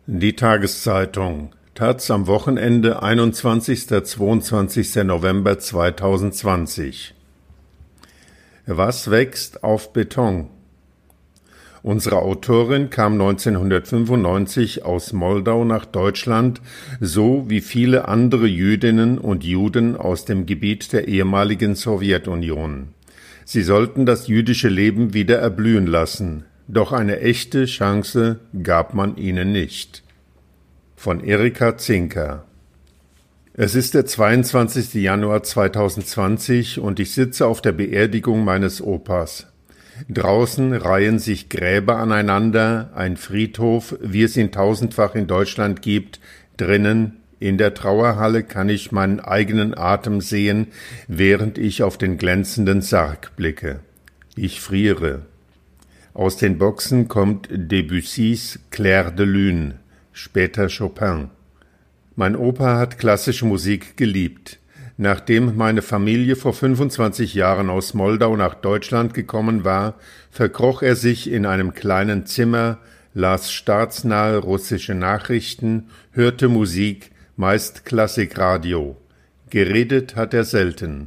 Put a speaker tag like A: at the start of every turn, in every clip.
A: Die Tageszeitung taz am Wochenende 21. 22. November 2020. Was wächst auf Beton? Unsere Autorin kam 1995 aus Moldau nach Deutschland, so wie viele andere Jüdinnen und Juden aus dem Gebiet der ehemaligen Sowjetunion. Sie sollten das jüdische Leben wieder erblühen lassen, doch eine echte Chance gab man ihnen nicht. Von Erika Zinker. Es ist der 22. Januar 2020 und ich sitze auf der Beerdigung meines Opas. Draußen reihen sich Gräber aneinander, ein Friedhof, wie es ihn tausendfach in Deutschland gibt. Drinnen, in der Trauerhalle, kann ich meinen eigenen Atem sehen, während ich auf den glänzenden Sarg blicke. Ich friere. Aus den Boxen kommt Debussys Clair de Lune, später Chopin. Mein Opa hat klassische Musik geliebt. Nachdem meine Familie vor 25 Jahren aus Moldau nach Deutschland gekommen war, verkroch er sich in einem kleinen Zimmer, las staatsnahe russische Nachrichten, hörte Musik, meist Klassikradio. Geredet hat er selten.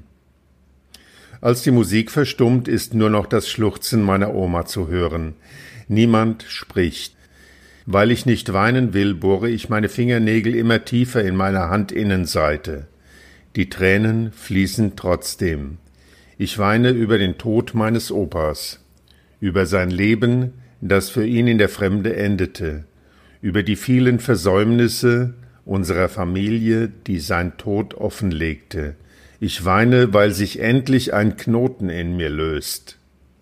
A: Als die Musik verstummt, ist nur noch das Schluchzen meiner Oma zu hören. Niemand spricht. Weil ich nicht weinen will, bohre ich meine Fingernägel immer tiefer in meine Handinnenseite. Die Tränen fließen trotzdem. Ich weine über den Tod meines Opas, über sein Leben, das für ihn in der Fremde endete, über die vielen Versäumnisse unserer Familie, die sein Tod offenlegte. Ich weine, weil sich endlich ein Knoten in mir löst.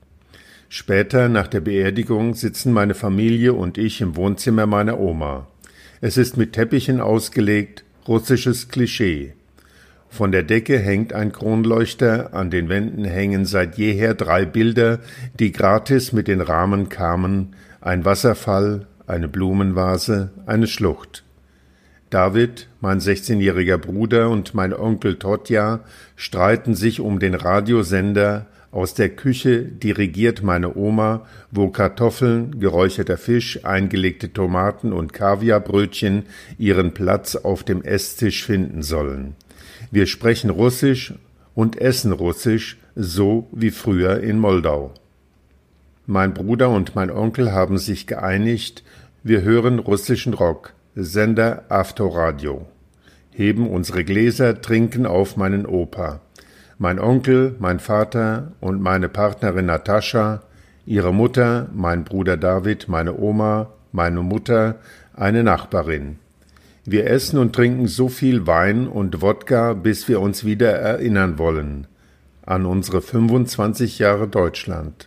A: Später, nach der Beerdigung, sitzen meine Familie und ich im Wohnzimmer meiner Oma. Es ist mit Teppichen ausgelegt, russisches Klischee. Von der Decke hängt ein Kronleuchter, an den Wänden hängen seit jeher 3 Bilder, die gratis mit den Rahmen kamen, ein Wasserfall, eine Blumenvase, eine Schlucht. David, mein 16-jähriger Bruder, und mein Onkel Totja streiten sich um den Radiosender. Aus der Küche dirigiert meine Oma, wo Kartoffeln, geräucherter Fisch, eingelegte Tomaten und Kaviarbrötchen ihren Platz auf dem Esstisch finden sollen. Wir sprechen Russisch und essen Russisch, so wie früher in Moldau. Mein Bruder und mein Onkel haben sich geeinigt, wir hören russischen Rock, Sender Avtoradio, heben unsere Gläser, trinken auf meinen Opa. Mein Onkel, mein Vater und meine Partnerin Natascha, ihre Mutter, mein Bruder David, meine Oma, meine Mutter, eine Nachbarin. Wir essen und trinken so viel Wein und Wodka, bis wir uns wieder erinnern wollen an unsere 25 Jahre Deutschland.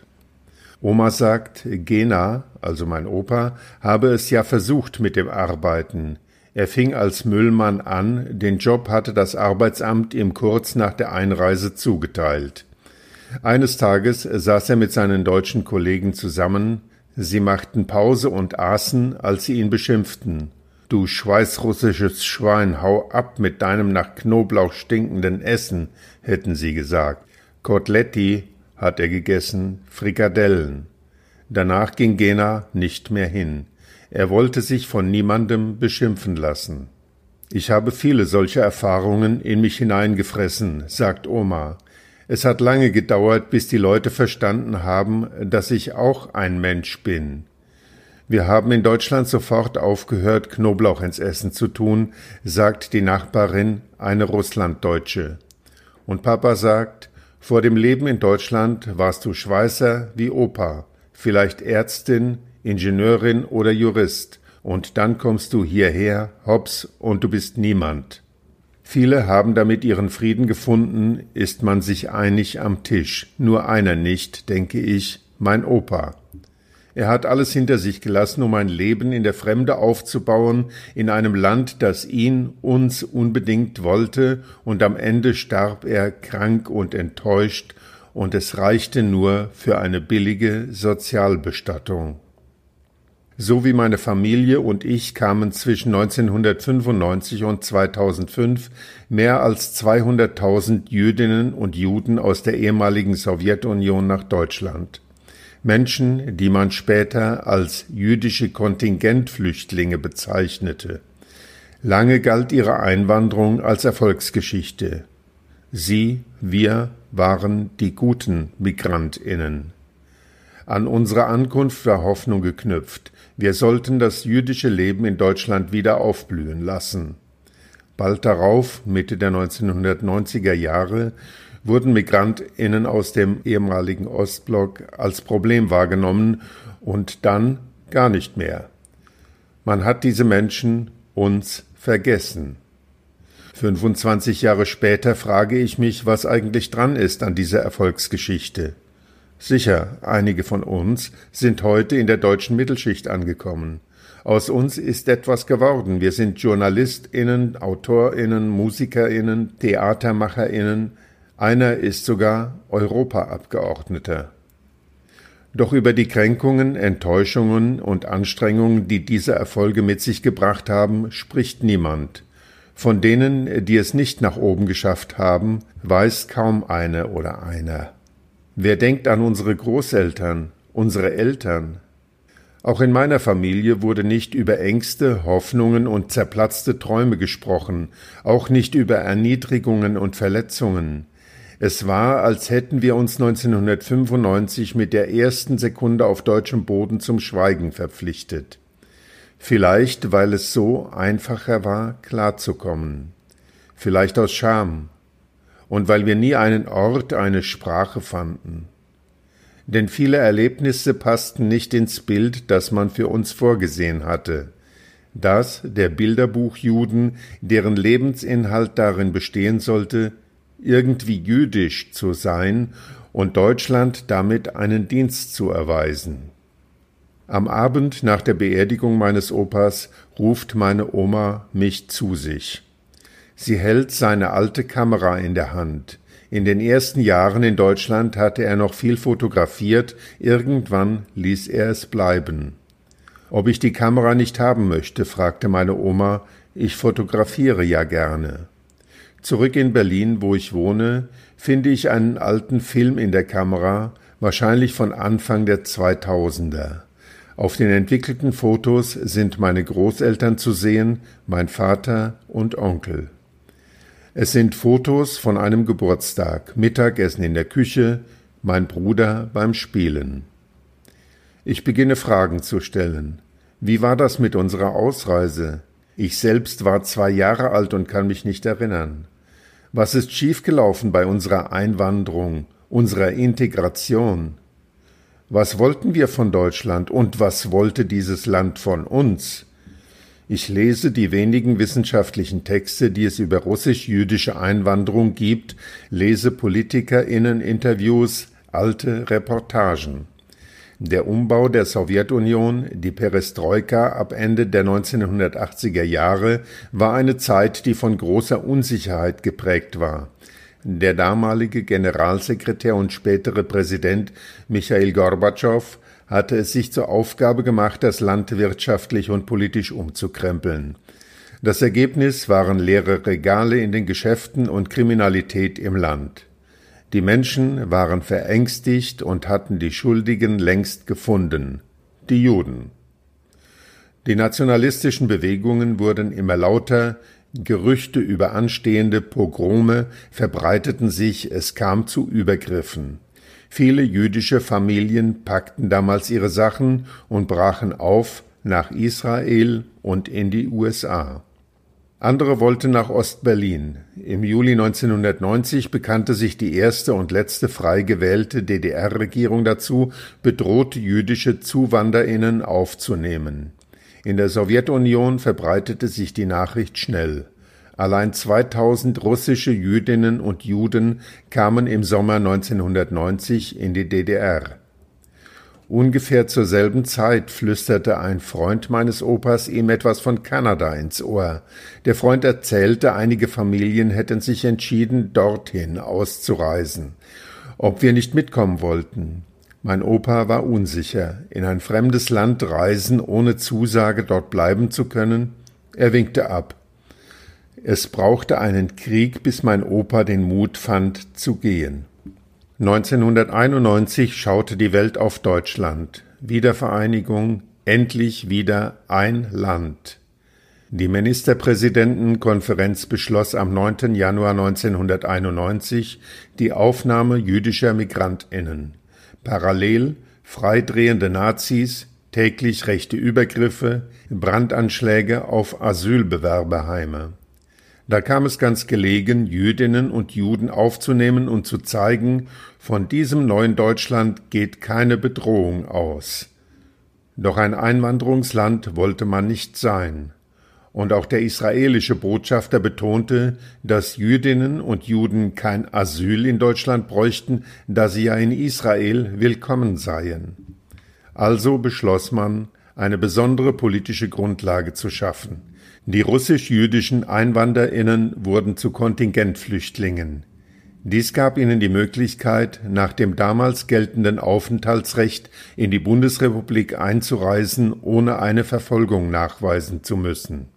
A: Oma sagt, Gena, also mein Opa, habe es ja versucht mit dem Arbeiten. Er fing als Müllmann an, den Job hatte das Arbeitsamt ihm kurz nach der Einreise zugeteilt. Eines Tages saß er mit seinen deutschen Kollegen zusammen, sie machten Pause und aßen, als sie ihn beschimpften. »Du schweißrussisches Schwein, hau ab mit deinem nach Knoblauch stinkenden Essen«, hätten sie gesagt. Koteletti hat er gegessen, Frikadellen. Danach ging Gena nicht mehr hin. Er wollte sich von niemandem beschimpfen lassen. »Ich habe viele solche Erfahrungen in mich hineingefressen«, sagt Oma. »Es hat lange gedauert, bis die Leute verstanden haben, dass ich auch ein Mensch bin. Wir haben in Deutschland sofort aufgehört, Knoblauch ins Essen zu tun«, sagt die Nachbarin, eine Russlanddeutsche. Und Papa sagt, »Vor dem Leben in Deutschland warst du Schweißer wie Opa, vielleicht Ärztin, Ingenieurin oder Jurist, und dann kommst du hierher, hops, und du bist niemand.« Viele haben damit ihren Frieden gefunden, ist man sich einig am Tisch, nur einer nicht, denke ich, mein Opa. Er hat alles hinter sich gelassen, um ein Leben in der Fremde aufzubauen, in einem Land, das ihn, uns unbedingt wollte, und am Ende starb er krank und enttäuscht, und es reichte nur für eine billige Sozialbestattung. So wie meine Familie und ich kamen zwischen 1995 und 2005 mehr als 200.000 Jüdinnen und Juden aus der ehemaligen Sowjetunion nach Deutschland. Menschen, die man später als jüdische Kontingentflüchtlinge bezeichnete. Lange galt ihre Einwanderung als Erfolgsgeschichte. Sie, wir waren die guten MigrantInnen. An unsere Ankunft war Hoffnung geknüpft. Wir sollten das jüdische Leben in Deutschland wieder aufblühen lassen. Bald darauf, Mitte der 1990er Jahre, wurden MigrantInnen aus dem ehemaligen Ostblock als Problem wahrgenommen und dann gar nicht mehr. Man hat diese Menschen uns vergessen. 25 Jahre später frage ich mich, was eigentlich dran ist an dieser Erfolgsgeschichte. Sicher, einige von uns sind heute in der deutschen Mittelschicht angekommen. Aus uns ist etwas geworden. Wir sind JournalistInnen, AutorInnen, MusikerInnen, TheatermacherInnen. Einer ist sogar Europaabgeordneter. Doch über die Kränkungen, Enttäuschungen und Anstrengungen, die diese Erfolge mit sich gebracht haben, spricht niemand. Von denen, die es nicht nach oben geschafft haben, weiß kaum eine oder einer. Wer denkt an unsere Großeltern, unsere Eltern? Auch in meiner Familie wurde nicht über Ängste, Hoffnungen und zerplatzte Träume gesprochen, auch nicht über Erniedrigungen und Verletzungen. Es war, als hätten wir uns 1995 mit der ersten Sekunde auf deutschem Boden zum Schweigen verpflichtet. Vielleicht, weil es so einfacher war, klarzukommen. Vielleicht aus Scham. Und weil wir nie einen Ort, eine Sprache fanden. Denn viele Erlebnisse passten nicht ins Bild, das man für uns vorgesehen hatte. Das der Bilderbuchjuden, deren Lebensinhalt darin bestehen sollte, irgendwie jüdisch zu sein und Deutschland damit einen Dienst zu erweisen. Am Abend nach der Beerdigung meines Opas ruft meine Oma mich zu sich. Sie hält seine alte Kamera in der Hand. In den ersten Jahren in Deutschland hatte er noch viel fotografiert, irgendwann ließ er es bleiben. Ob ich die Kamera nicht haben möchte, fragte meine Oma, ich fotografiere ja gerne. Zurück in Berlin, wo ich wohne, finde ich einen alten Film in der Kamera, wahrscheinlich von Anfang der 2000er. Auf den entwickelten Fotos sind meine Großeltern zu sehen, mein Vater und Onkel. Es sind Fotos von einem Geburtstag, Mittagessen in der Küche, mein Bruder beim Spielen. Ich beginne Fragen zu stellen. Wie war das mit unserer Ausreise? Ich selbst war 2 Jahre alt und kann mich nicht erinnern. Was ist schiefgelaufen bei unserer Einwanderung, unserer Integration? Was wollten wir von Deutschland und was wollte dieses Land von uns? Ich lese die wenigen wissenschaftlichen Texte, die es über russisch-jüdische Einwanderung gibt, lese PolitikerInnen-Interviews, alte Reportagen. Der Umbau der Sowjetunion, die Perestroika ab Ende der 1980er Jahre, war eine Zeit, die von großer Unsicherheit geprägt war. Der damalige Generalsekretär und spätere Präsident Michail Gorbatschow hatte es sich zur Aufgabe gemacht, das Land wirtschaftlich und politisch umzukrempeln. Das Ergebnis waren leere Regale in den Geschäften und Kriminalität im Land. Die Menschen waren verängstigt und hatten die Schuldigen längst gefunden, die Juden. Die nationalistischen Bewegungen wurden immer lauter, Gerüchte über anstehende Pogrome verbreiteten sich, es kam zu Übergriffen. Viele jüdische Familien packten damals ihre Sachen und brachen auf nach Israel und in die USA. Andere wollten nach Ostberlin. Im Juli 1990 bekannte sich die erste und letzte frei gewählte DDR-Regierung dazu, bedrohte jüdische ZuwanderInnen aufzunehmen. In der Sowjetunion verbreitete sich die Nachricht schnell. Allein 2000 russische Jüdinnen und Juden kamen im Sommer 1990 in die DDR. Ungefähr zur selben Zeit flüsterte ein Freund meines Opas ihm etwas von Kanada ins Ohr. Der Freund erzählte, einige Familien hätten sich entschieden, dorthin auszureisen. Ob wir nicht mitkommen wollten. Mein Opa war unsicher. In ein fremdes Land reisen, ohne Zusage dort bleiben zu können? Er winkte ab. Es brauchte einen Krieg, bis mein Opa den Mut fand, zu gehen. 1991 schaute die Welt auf Deutschland. Wiedervereinigung, endlich wieder ein Land. Die Ministerpräsidentenkonferenz beschloss am 9. Januar 1991 die Aufnahme jüdischer MigrantInnen. Parallel freidrehende Nazis, täglich rechte Übergriffe, Brandanschläge auf Asylbewerberheime. Da kam es ganz gelegen, Jüdinnen und Juden aufzunehmen und zu zeigen, von diesem neuen Deutschland geht keine Bedrohung aus. Doch ein Einwanderungsland wollte man nicht sein. Und auch der israelische Botschafter betonte, dass Jüdinnen und Juden kein Asyl in Deutschland bräuchten, da sie ja in Israel willkommen seien. Also beschloss man, eine besondere politische Grundlage zu schaffen. Die russisch-jüdischen EinwanderInnen wurden zu Kontingentflüchtlingen. Dies gab ihnen die Möglichkeit, nach dem damals geltenden Aufenthaltsrecht in die Bundesrepublik einzureisen, ohne eine Verfolgung nachweisen zu müssen.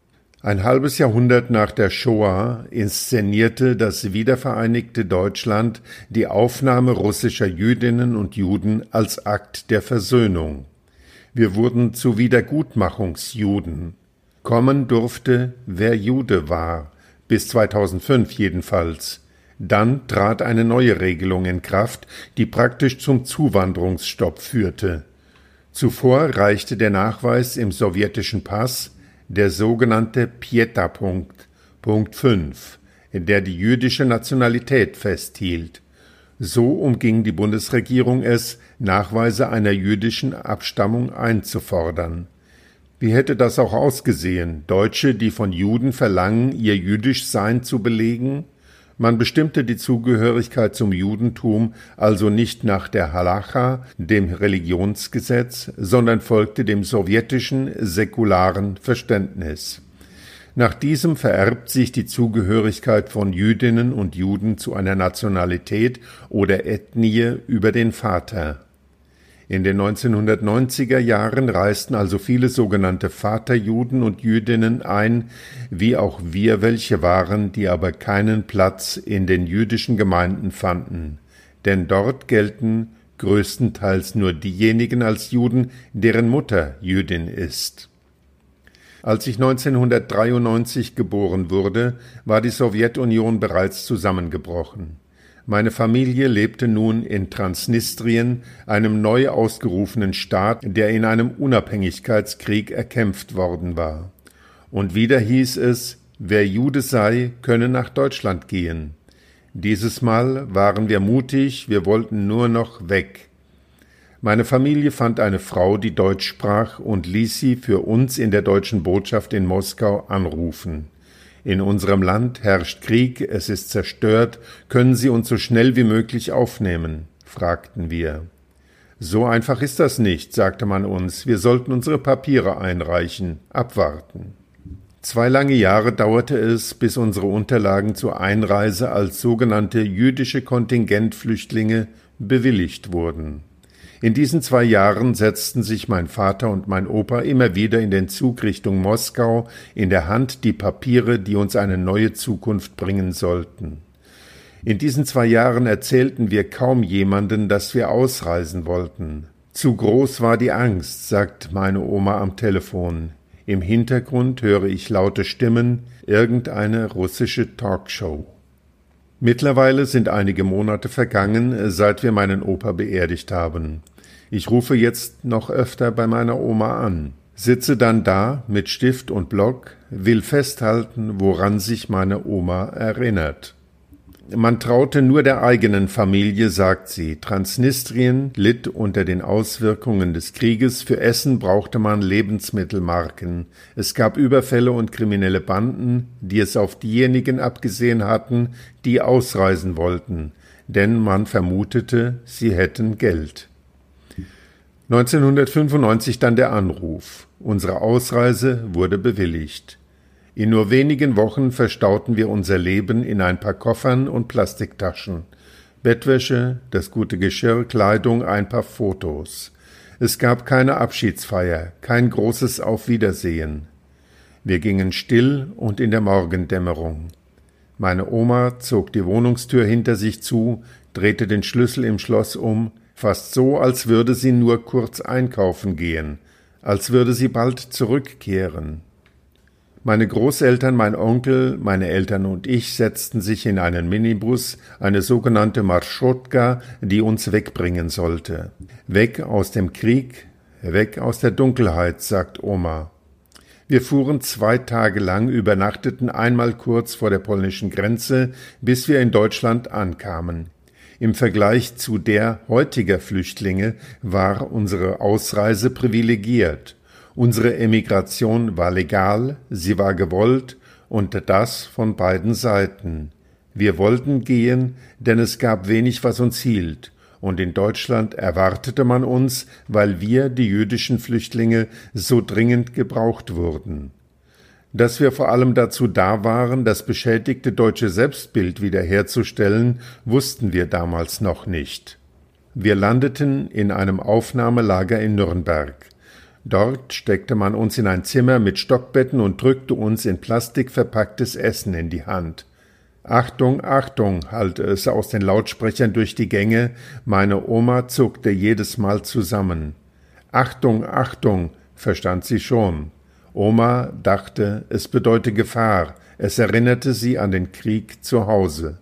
A: Ein halbes Jahrhundert nach der Shoah inszenierte das wiedervereinigte Deutschland die Aufnahme russischer Jüdinnen und Juden als Akt der Versöhnung. Wir wurden zu Wiedergutmachungsjuden. Kommen durfte, wer Jude war, bis 2005 jedenfalls. Dann trat eine neue Regelung in Kraft, die praktisch zum Zuwanderungsstopp führte. Zuvor reichte der Nachweis im sowjetischen Pass, der sogenannte Pieta-Punkt, Punkt 5, der die jüdische Nationalität festhielt. So umging die Bundesregierung es, Nachweise einer jüdischen Abstammung einzufordern. Wie hätte das auch ausgesehen, Deutsche, die von Juden verlangen, ihr Jüdischsein zu belegen? Man bestimmte die Zugehörigkeit zum Judentum also nicht nach der Halacha, dem Religionsgesetz, sondern folgte dem sowjetischen säkularen Verständnis. Nach diesem vererbt sich die Zugehörigkeit von Jüdinnen und Juden zu einer Nationalität oder Ethnie über den Vater. In den 1990er Jahren reisten also viele sogenannte Vaterjuden und Jüdinnen ein, wie auch wir welche waren, die aber keinen Platz in den jüdischen Gemeinden fanden. Denn dort gelten größtenteils nur diejenigen als Juden, deren Mutter Jüdin ist. Als ich 1993 geboren wurde, war die Sowjetunion bereits zusammengebrochen. Meine Familie lebte nun in Transnistrien, einem neu ausgerufenen Staat, der in einem Unabhängigkeitskrieg erkämpft worden war. Und wieder hieß es, wer Jude sei, könne nach Deutschland gehen. Dieses Mal waren wir mutig, wir wollten nur noch weg. Meine Familie fand eine Frau, die Deutsch sprach, und ließ sie für uns in der deutschen Botschaft in Moskau anrufen. In unserem Land herrscht Krieg, es ist zerstört, können Sie uns so schnell wie möglich aufnehmen? Fragten wir. So einfach ist das nicht, sagte man uns, wir sollten unsere Papiere einreichen, abwarten. 2 lange Jahre dauerte es, bis unsere Unterlagen zur Einreise als sogenannte jüdische Kontingentflüchtlinge bewilligt wurden. In diesen 2 Jahren setzten sich mein Vater und mein Opa immer wieder in den Zug Richtung Moskau, in der Hand die Papiere, die uns eine neue Zukunft bringen sollten. In diesen 2 Jahren erzählten wir kaum jemanden, dass wir ausreisen wollten. Zu groß war die Angst, sagt meine Oma am Telefon. Im Hintergrund höre ich laute Stimmen, irgendeine russische Talkshow. Mittlerweile sind einige Monate vergangen, seit wir meinen Opa beerdigt haben. Ich rufe jetzt noch öfter bei meiner Oma an, sitze dann da mit Stift und Block, will festhalten, woran sich meine Oma erinnert. Man traute nur der eigenen Familie, sagt sie. Transnistrien litt unter den Auswirkungen des Krieges. Für Essen brauchte man Lebensmittelmarken. Es gab Überfälle und kriminelle Banden, die es auf diejenigen abgesehen hatten, die ausreisen wollten, denn man vermutete, sie hätten Geld. 1995 dann der Anruf. Unsere Ausreise wurde bewilligt. In nur wenigen Wochen verstauten wir unser Leben in ein paar Koffern und Plastiktaschen. Bettwäsche, das gute Geschirr, Kleidung, ein paar Fotos. Es gab keine Abschiedsfeier, kein großes Auf Wiedersehen. Wir gingen still und in der Morgendämmerung. Meine Oma zog die Wohnungstür hinter sich zu, drehte den Schlüssel im Schloss um, fast so, als würde sie nur kurz einkaufen gehen, als würde sie bald zurückkehren. Meine Großeltern, mein Onkel, meine Eltern und ich setzten sich in einen Minibus, eine sogenannte Marschotka, die uns wegbringen sollte. Weg aus dem Krieg, weg aus der Dunkelheit, sagt Oma. Wir fuhren 2 Tage lang, übernachteten einmal kurz vor der polnischen Grenze, bis wir in Deutschland ankamen. Im Vergleich zu der heutiger Flüchtlinge war unsere Ausreise privilegiert. Unsere Emigration war legal, sie war gewollt und das von beiden Seiten. Wir wollten gehen, denn es gab wenig, was uns hielt. Und in Deutschland erwartete man uns, weil wir, die jüdischen Flüchtlinge, so dringend gebraucht wurden. Dass wir vor allem dazu da waren, das beschädigte deutsche Selbstbild wiederherzustellen, wussten wir damals noch nicht. Wir landeten in einem Aufnahmelager in Nürnberg. Dort steckte man uns in ein Zimmer mit Stockbetten und drückte uns in Plastik verpacktes Essen in die Hand. »Achtung, Achtung«, hallte es aus den Lautsprechern durch die Gänge, meine Oma zuckte jedes Mal zusammen. »Achtung, Achtung«, verstand sie schon. Oma dachte, es bedeute Gefahr, es erinnerte sie an den Krieg zu Hause.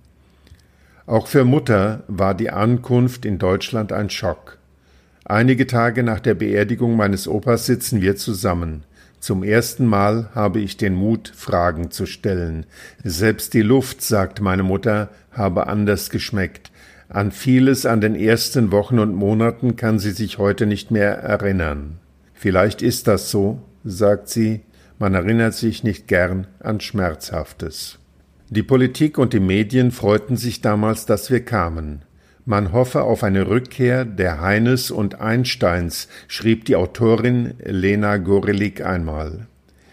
A: Auch für Mutter war die Ankunft in Deutschland ein Schock. Einige Tage nach der Beerdigung meines Opas sitzen wir zusammen. Zum ersten Mal habe ich den Mut, Fragen zu stellen. Selbst die Luft, sagt meine Mutter, habe anders geschmeckt. An vieles an den ersten Wochen und Monaten kann sie sich heute nicht mehr erinnern. Vielleicht ist das so, sagt sie, man erinnert sich nicht gern an Schmerzhaftes. Die Politik und die Medien freuten sich damals, dass wir kamen. Man hoffe auf eine Rückkehr der Heines und Einsteins, schrieb die Autorin Lena Gorelik einmal.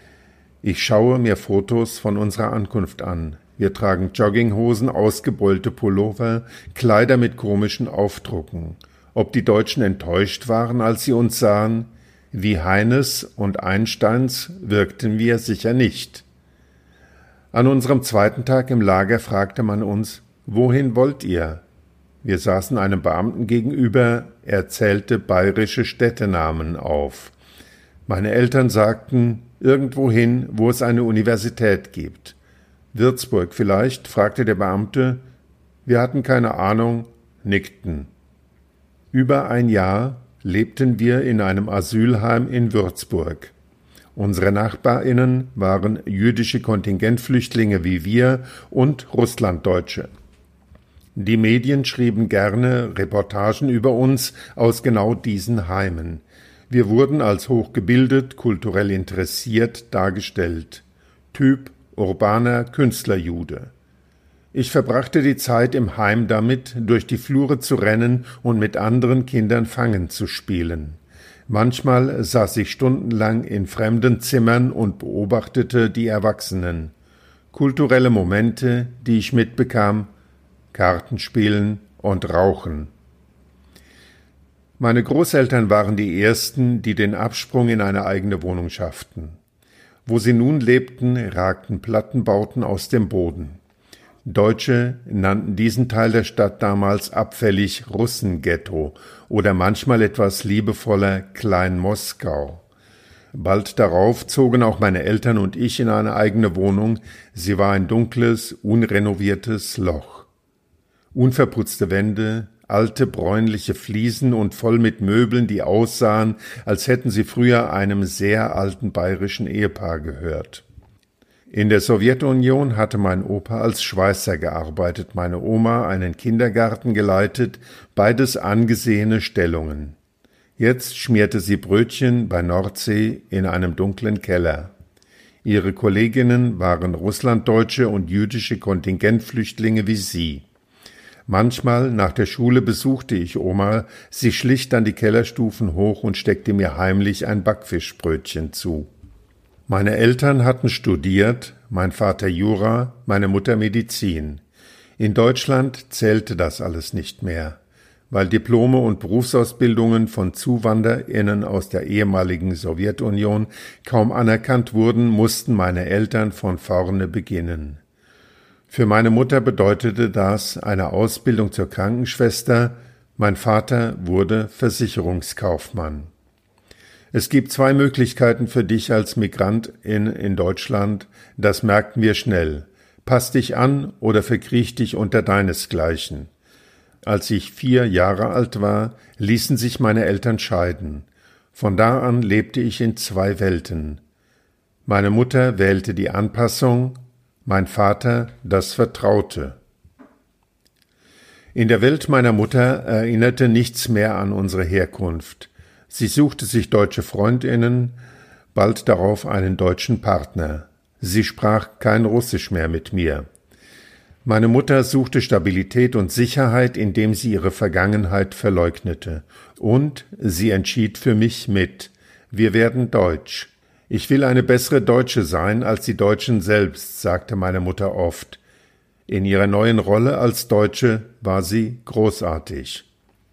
A: Ich schaue mir Fotos von unserer Ankunft an. Wir tragen Jogginghosen, ausgebeulte Pullover, Kleider mit komischen Aufdrucken. Ob die Deutschen enttäuscht waren, als sie uns sahen? Wie Heines und Einsteins wirkten wir sicher nicht. An unserem 2. Tag im Lager fragte man uns, wohin wollt ihr? Wir saßen einem Beamten gegenüber, er zählte bayerische Städtenamen auf. Meine Eltern sagten, irgendwohin, wo es eine Universität gibt. Würzburg vielleicht, fragte der Beamte. Wir hatten keine Ahnung, nickten. Über ein Jahr lebten wir in einem Asylheim in Würzburg. Unsere NachbarInnen waren jüdische Kontingentflüchtlinge wie wir und Russlanddeutsche. Die Medien schrieben gerne Reportagen über uns aus genau diesen Heimen. Wir wurden als hochgebildet, kulturell interessiert dargestellt. Typ urbaner Künstlerjude. Ich verbrachte die Zeit im Heim damit, durch die Flure zu rennen und mit anderen Kindern Fangen zu spielen. Manchmal saß ich stundenlang in fremden Zimmern und beobachtete die Erwachsenen. Kulturelle Momente, die ich mitbekam, Kartenspielen und Rauchen. Meine Großeltern waren die ersten, die den Absprung in eine eigene Wohnung schafften. Wo sie nun lebten, ragten Plattenbauten aus dem Boden. Deutsche nannten diesen Teil der Stadt damals abfällig Russenghetto oder manchmal etwas liebevoller Klein Moskau. Bald darauf zogen auch meine Eltern und ich in eine eigene Wohnung. Sie war ein dunkles, unrenoviertes Loch. Unverputzte Wände, alte bräunliche Fliesen und voll mit Möbeln, die aussahen, als hätten sie früher einem sehr alten bayerischen Ehepaar gehört. In der Sowjetunion hatte mein Opa als Schweißer gearbeitet, meine Oma einen Kindergarten geleitet, beides angesehene Stellungen. Jetzt schmierte sie Brötchen bei Nordsee in einem dunklen Keller. Ihre Kolleginnen waren Russlanddeutsche und jüdische Kontingentflüchtlinge wie sie. Manchmal nach der Schule besuchte ich Oma, sie schlich dann die Kellerstufen hoch und steckte mir heimlich ein Backfischbrötchen zu. Meine Eltern hatten studiert, mein Vater Jura, meine Mutter Medizin. In Deutschland zählte das alles nicht mehr. Weil Diplome und Berufsausbildungen von ZuwanderInnen aus der ehemaligen Sowjetunion kaum anerkannt wurden, mussten meine Eltern von vorne beginnen. Für meine Mutter bedeutete das eine Ausbildung zur Krankenschwester, mein Vater wurde Versicherungskaufmann. Es gibt 2 Möglichkeiten für dich als Migrantin in Deutschland, das merkten wir schnell. Pass dich an oder verkriech dich unter deinesgleichen. Als ich 4 Jahre alt war, ließen sich meine Eltern scheiden. Von da an lebte ich in 2 Welten. Meine Mutter wählte die Anpassung, mein Vater das Vertraute. In der Welt meiner Mutter erinnerte nichts mehr an unsere Herkunft. Sie suchte sich deutsche Freundinnen, bald darauf einen deutschen Partner. Sie sprach kein Russisch mehr mit mir. Meine Mutter suchte Stabilität und Sicherheit, indem sie ihre Vergangenheit verleugnete. Und sie entschied für mich mit: Wir werden deutsch. Ich will eine bessere Deutsche sein als die Deutschen selbst, sagte meine Mutter oft. In ihrer neuen Rolle als Deutsche war sie großartig.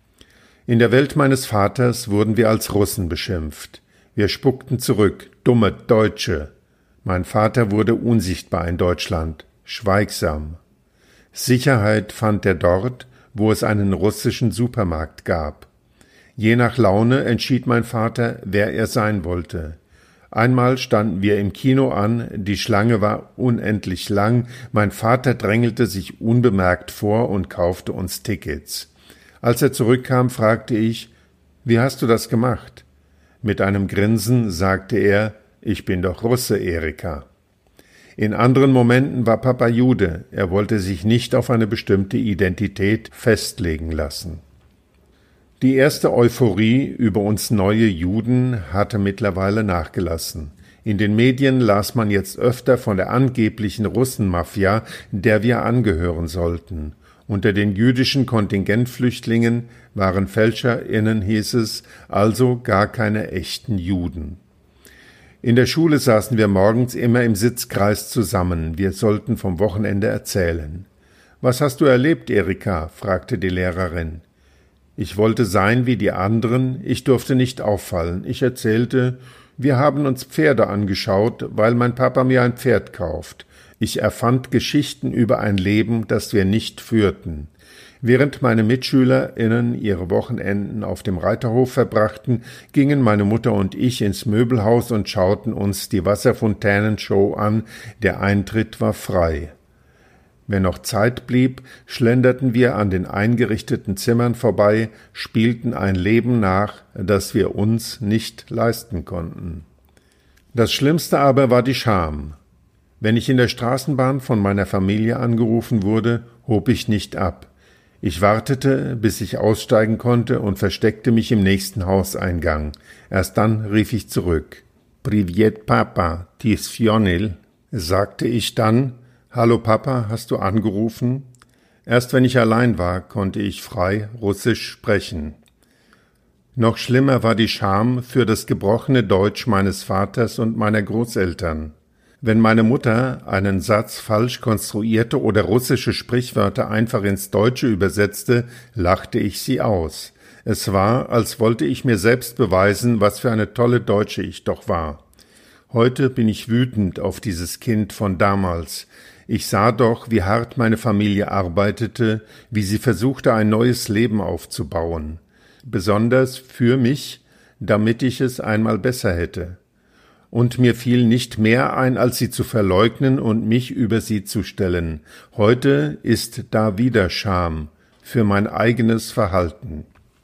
A: In der Welt meines Vaters wurden wir als Russen beschimpft. Wir spuckten zurück: Dumme Deutsche. Mein Vater wurde unsichtbar in Deutschland, schweigsam. Sicherheit fand er dort, wo es einen russischen Supermarkt gab. Je nach Laune entschied mein Vater, wer er sein wollte. Einmal standen wir im Kino an, die Schlange war unendlich lang, mein Vater drängelte sich unbemerkt vor und kaufte uns Tickets. Als er zurückkam, fragte ich: Wie hast du das gemacht? Mit einem Grinsen sagte er: Ich bin doch Russe, Erika. In anderen Momenten war Papa Jude, er wollte sich nicht auf eine bestimmte Identität festlegen lassen. Die erste Euphorie über uns neue Juden hatte mittlerweile nachgelassen. In den Medien las man jetzt öfter von der angeblichen Russenmafia, der wir angehören sollten. Unter den jüdischen Kontingentflüchtlingen waren FälscherInnen, hieß es, also gar keine echten Juden. In der Schule saßen wir morgens immer im Sitzkreis zusammen. Wir sollten vom Wochenende erzählen. »Was hast du erlebt, Erika?« fragte die Lehrerin. Ich wollte sein wie die anderen, ich durfte nicht auffallen. Ich erzählte: Wir haben uns Pferde angeschaut, weil mein Papa mir ein Pferd kauft. Ich erfand Geschichten über ein Leben, das wir nicht führten. Während meine MitschülerInnen ihre Wochenenden auf dem Reiterhof verbrachten, gingen meine Mutter und ich ins Möbelhaus und schauten uns die Wasserfontänenshow an. Der Eintritt war frei. Wenn noch Zeit blieb, schlenderten wir an den eingerichteten Zimmern vorbei, spielten ein Leben nach, das wir uns nicht leisten konnten. Das Schlimmste aber war die Scham. Wenn ich in der Straßenbahn von meiner Familie angerufen wurde, hob ich nicht ab. Ich wartete, bis ich aussteigen konnte und versteckte mich im nächsten Hauseingang. Erst dann rief ich zurück. »Privet, Papa, tis Fionil«, sagte ich dann. »Hallo Papa, hast du angerufen?« Erst wenn ich allein war, konnte ich frei Russisch sprechen. Noch schlimmer war die Scham für das gebrochene Deutsch meines Vaters und meiner Großeltern. Wenn meine Mutter einen Satz falsch konstruierte oder russische Sprichwörter einfach ins Deutsche übersetzte, lachte ich sie aus. Es war, als wollte ich mir selbst beweisen, was für eine tolle Deutsche ich doch war. Heute bin ich wütend auf dieses Kind von damals. Ich sah doch, wie hart meine Familie arbeitete, wie sie versuchte, ein neues Leben aufzubauen. Besonders für mich, damit ich es einmal besser hätte. Und mir fiel nicht mehr ein, als sie zu verleugnen und mich über sie zu stellen. Heute ist da wieder Scham für mein eigenes Verhalten.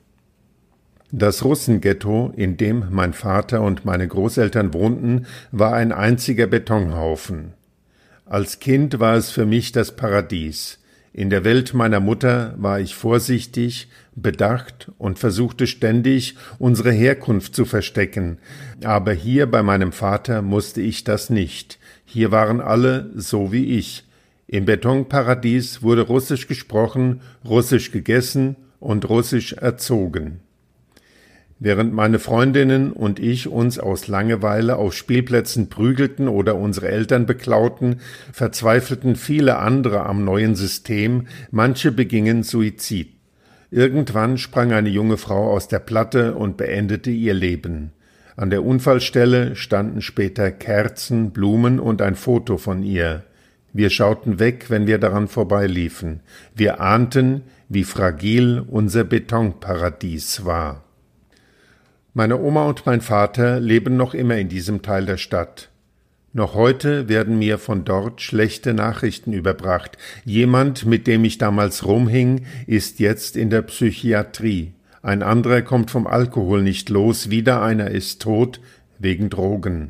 A: Das Russenghetto, in dem mein Vater und meine Großeltern wohnten, war ein einziger Betonhaufen. Als Kind war es für mich das Paradies. In der Welt meiner Mutter war ich vorsichtig, bedacht und versuchte ständig, unsere Herkunft zu verstecken. Aber hier bei meinem Vater musste ich das nicht. Hier waren alle so wie ich. Im Betonparadies wurde Russisch gesprochen, Russisch gegessen und Russisch erzogen. Während meine Freundinnen und ich uns aus Langeweile auf Spielplätzen prügelten oder unsere Eltern beklauten, verzweifelten viele andere am neuen System, manche begingen Suizid. Irgendwann sprang eine junge Frau aus der Platte und beendete ihr Leben. An der Unfallstelle standen später Kerzen, Blumen und ein Foto von ihr. Wir schauten weg, wenn wir daran vorbeiliefen. Wir ahnten, wie fragil unser Betonparadies war. Meine Oma und mein Vater leben noch immer in diesem Teil der Stadt. Noch heute werden mir von dort schlechte Nachrichten überbracht. Jemand, mit dem ich damals rumhing, ist jetzt in der Psychiatrie. Ein anderer kommt vom Alkohol nicht los, wieder einer ist tot wegen Drogen.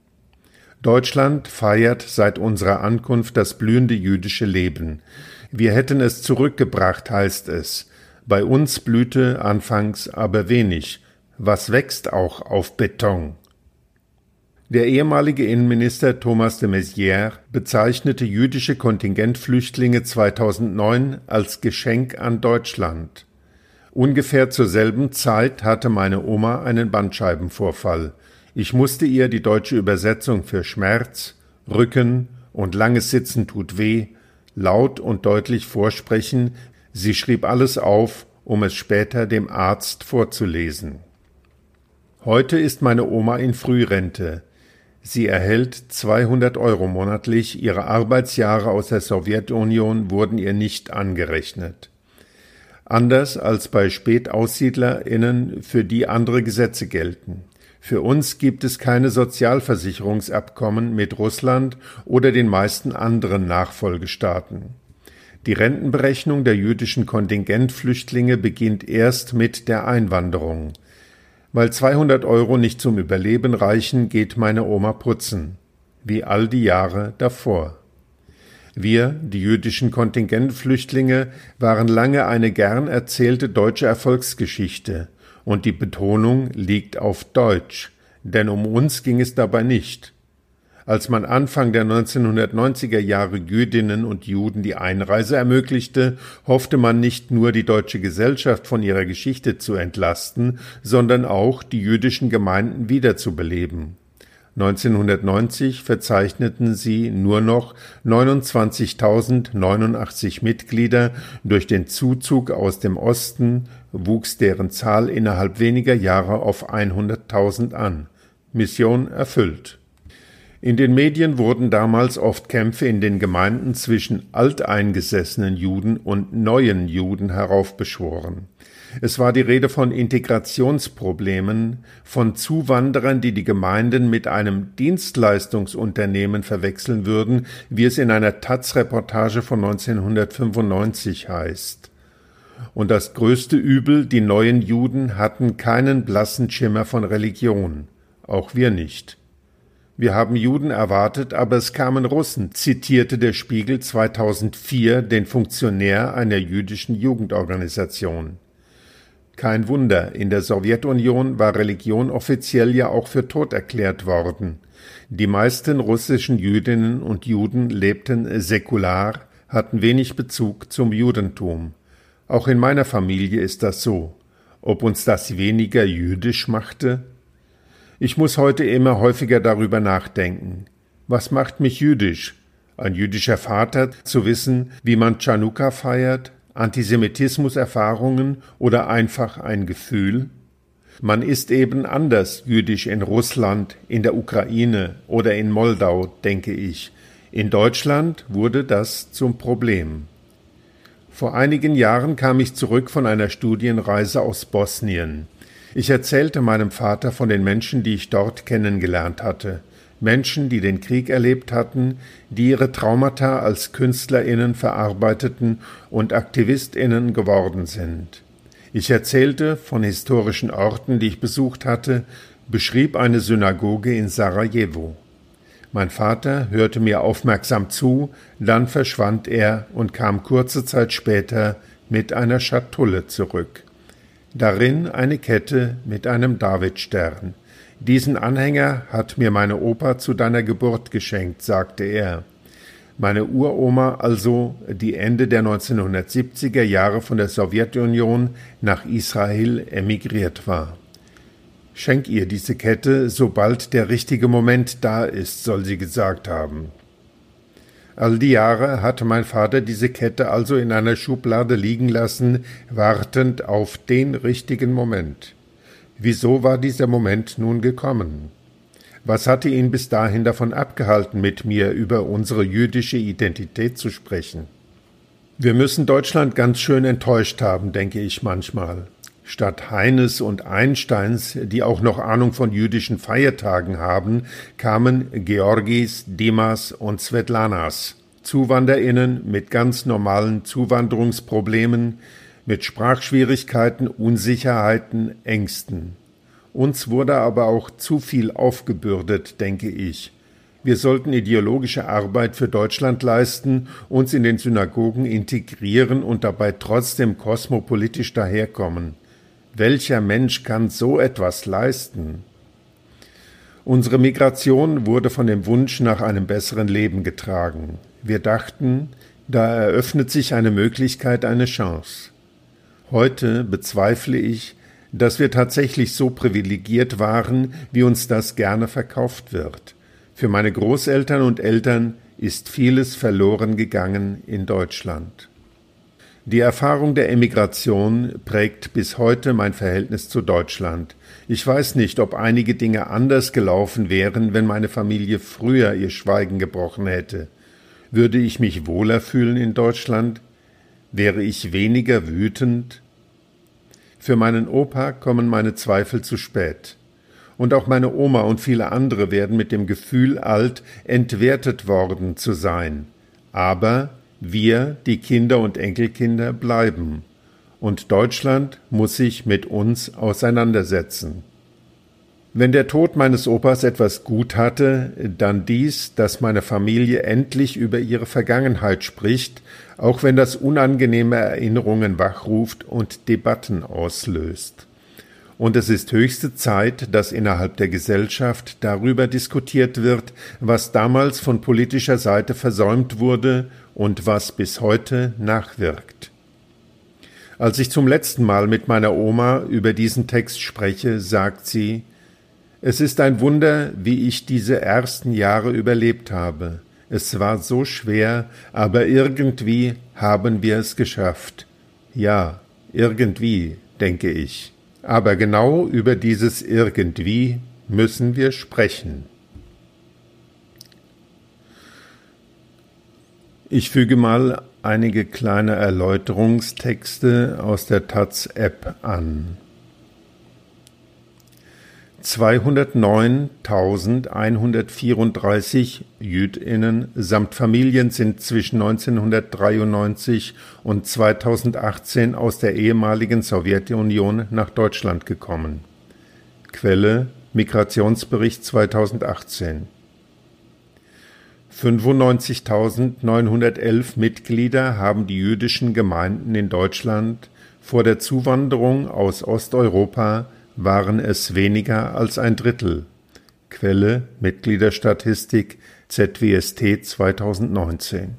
A: Deutschland feiert seit unserer Ankunft das blühende jüdische Leben. Wir hätten es zurückgebracht, heißt es. Bei uns blühte anfangs aber wenig. Was wächst auch auf Beton? Der ehemalige Innenminister Thomas de Maizière bezeichnete jüdische Kontingentflüchtlinge 2009 als Geschenk an Deutschland. Ungefähr zur selben Zeit hatte meine Oma einen Bandscheibenvorfall. Ich musste ihr die deutsche Übersetzung für Schmerz, Rücken und langes Sitzen tut weh laut und deutlich vorsprechen. Sie schrieb alles auf, um es später dem Arzt vorzulesen. Heute ist meine Oma in Frührente. Sie erhält 200 € monatlich, ihre Arbeitsjahre aus der Sowjetunion wurden ihr nicht angerechnet. Anders als bei SpätaussiedlerInnen, für die andere Gesetze gelten. Für uns gibt es keine Sozialversicherungsabkommen mit Russland oder den meisten anderen Nachfolgestaaten. Die Rentenberechnung der jüdischen Kontingentflüchtlinge beginnt erst mit der Einwanderung. Weil 200 € nicht zum Überleben reichen, geht meine Oma putzen, wie all die Jahre davor. Wir, die jüdischen Kontingentflüchtlinge, waren lange eine gern erzählte deutsche Erfolgsgeschichte, und die Betonung liegt auf Deutsch, denn um uns ging es dabei nicht. Als man Anfang der 1990er Jahre Jüdinnen und Juden die Einreise ermöglichte, hoffte man nicht nur die deutsche Gesellschaft von ihrer Geschichte zu entlasten, sondern auch die jüdischen Gemeinden wiederzubeleben. 1990 verzeichneten sie nur noch 29.089 Mitglieder, durch den Zuzug aus dem Osten wuchs deren Zahl innerhalb weniger Jahre auf 100.000 an. Mission erfüllt. In den Medien wurden damals oft Kämpfe in den Gemeinden zwischen alteingesessenen Juden und neuen Juden heraufbeschworen. Es war die Rede von Integrationsproblemen, von Zuwanderern, die die Gemeinden mit einem Dienstleistungsunternehmen verwechseln würden, wie es in einer taz-Reportage von 1995 heißt. Und das größte Übel, die neuen Juden hatten keinen blassen Schimmer von Religion. Auch wir nicht. Wir haben Juden erwartet, aber es kamen Russen, zitierte der Spiegel 2004 den Funktionär einer jüdischen Jugendorganisation. Kein Wunder, in der Sowjetunion war Religion offiziell ja auch für tot erklärt worden. Die meisten russischen Jüdinnen und Juden lebten säkular, hatten wenig Bezug zum Judentum. Auch in meiner Familie ist das so. Ob uns das weniger jüdisch machte? Ich muss heute immer häufiger darüber nachdenken. Was macht mich jüdisch? Ein jüdischer Vater, zu wissen, wie man Chanukka feiert, Antisemitismuserfahrungen oder einfach ein Gefühl? Man ist eben anders jüdisch in Russland, in der Ukraine oder in Moldau, denke ich. In Deutschland wurde das zum Problem. Vor einigen Jahren kam ich zurück von einer Studienreise aus Bosnien. Ich erzählte meinem Vater von den Menschen, die ich dort kennengelernt hatte. Menschen, die den Krieg erlebt hatten, die ihre Traumata als KünstlerInnen verarbeiteten und AktivistInnen geworden sind. Ich erzählte von historischen Orten, die ich besucht hatte, beschrieb eine Synagoge in Sarajevo. Mein Vater hörte mir aufmerksam zu, dann verschwand er und kam kurze Zeit später mit einer Schatulle zurück. Darin eine Kette mit einem Davidstern. Diesen Anhänger hat mir meine Opa zu deiner Geburt geschenkt, sagte er. Meine Uroma also, die Ende der 1970er Jahre von der Sowjetunion nach Israel emigriert war. Schenk ihr diese Kette, sobald der richtige Moment da ist, soll sie gesagt haben. All die Jahre hatte mein Vater diese Kette also in einer Schublade liegen lassen, wartend auf den richtigen Moment. Wieso war dieser Moment nun gekommen? Was hatte ihn bis dahin davon abgehalten, mit mir über unsere jüdische Identität zu sprechen? Wir müssen Deutschland ganz schön enttäuscht haben, denke ich manchmal. Statt Heines und Einsteins, die auch noch Ahnung von jüdischen Feiertagen haben, kamen Georgis, Dimas und Svetlanas. ZuwanderInnen mit ganz normalen Zuwanderungsproblemen, mit Sprachschwierigkeiten, Unsicherheiten, Ängsten. Uns wurde aber auch zu viel aufgebürdet, denke ich. Wir sollten ideologische Arbeit für Deutschland leisten, uns in den Synagogen integrieren und dabei trotzdem kosmopolitisch daherkommen. Welcher Mensch kann so etwas leisten? Unsere Migration wurde von dem Wunsch nach einem besseren Leben getragen. Wir dachten, da eröffnet sich eine Möglichkeit, eine Chance. Heute bezweifle ich, dass wir tatsächlich so privilegiert waren, wie uns das gerne verkauft wird. Für meine Großeltern und Eltern ist vieles verloren gegangen in Deutschland. Die Erfahrung der Emigration prägt bis heute mein Verhältnis zu Deutschland. Ich weiß nicht, ob einige Dinge anders gelaufen wären, wenn meine Familie früher ihr Schweigen gebrochen hätte. Würde ich mich wohler fühlen in Deutschland? Wäre ich weniger wütend? Für meinen Opa kommen meine Zweifel zu spät. Und auch meine Oma und viele andere werden mit dem Gefühl alt, entwertet worden zu sein. Aber wir, die Kinder und Enkelkinder, bleiben. Und Deutschland muss sich mit uns auseinandersetzen. Wenn der Tod meines Opas etwas gut hatte, dann dies, dass meine Familie endlich über ihre Vergangenheit spricht, auch wenn das unangenehme Erinnerungen wachruft und Debatten auslöst. Und es ist höchste Zeit, dass innerhalb der Gesellschaft darüber diskutiert wird, was damals von politischer Seite versäumt wurde und was bis heute nachwirkt. Als ich zum letzten Mal mit meiner Oma über diesen Text spreche, sagt sie: Es ist ein Wunder, wie ich diese ersten Jahre überlebt habe. Es war so schwer, aber irgendwie haben wir es geschafft. Ja, irgendwie, denke ich. Aber genau über dieses Irgendwie müssen wir sprechen. Ich füge mal einige kleine Erläuterungstexte aus der taz-App an. 209.134 JüdInnen samt Familien sind zwischen 1993 und 2018 aus der ehemaligen Sowjetunion nach Deutschland gekommen. Quelle: Migrationsbericht 2018. 95.911 Mitglieder haben die jüdischen Gemeinden in Deutschland. Vor der Zuwanderung aus Osteuropa waren es weniger als ein Drittel. Quelle: Mitgliederstatistik ZWST 2019.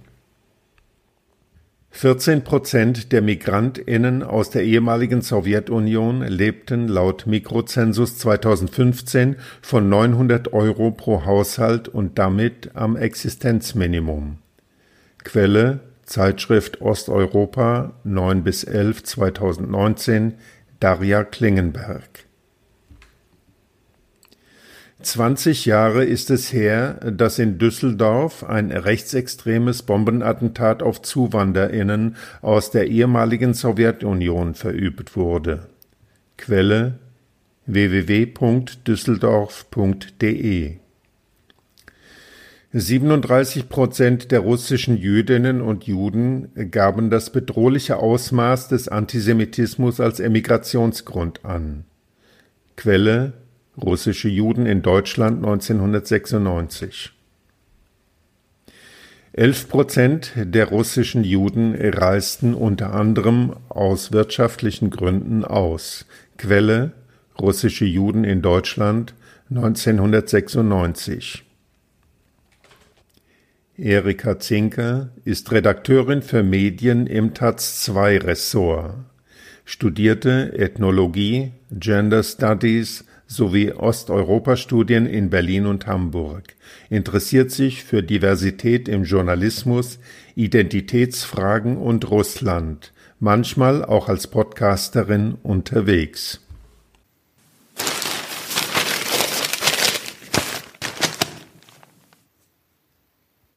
A: 14% der MigrantInnen aus der ehemaligen Sowjetunion lebten laut Mikrozensus 2015 von 900 € pro Haushalt und damit am Existenzminimum. Quelle: Zeitschrift Osteuropa 9-11 2019, Darja Klingenberg. 20 Jahre ist es her, dass in Düsseldorf ein rechtsextremes Bombenattentat auf ZuwanderInnen aus der ehemaligen Sowjetunion verübt wurde. Quelle: www.düsseldorf.de. 37% der russischen Jüdinnen und Juden gaben das bedrohliche Ausmaß des Antisemitismus als Emigrationsgrund an. Quelle: Russische Juden in Deutschland 1996. 11% der russischen Juden reisten unter anderem aus wirtschaftlichen Gründen aus. Quelle: Russische Juden in Deutschland 1996. Erika Zinker ist Redakteurin für Medien im taz-2-Ressort, studierte Ethnologie, Gender Studies sowie Osteuropa-Studien in Berlin und Hamburg, interessiert sich für Diversität im Journalismus, Identitätsfragen und Russland, manchmal auch als Podcasterin unterwegs.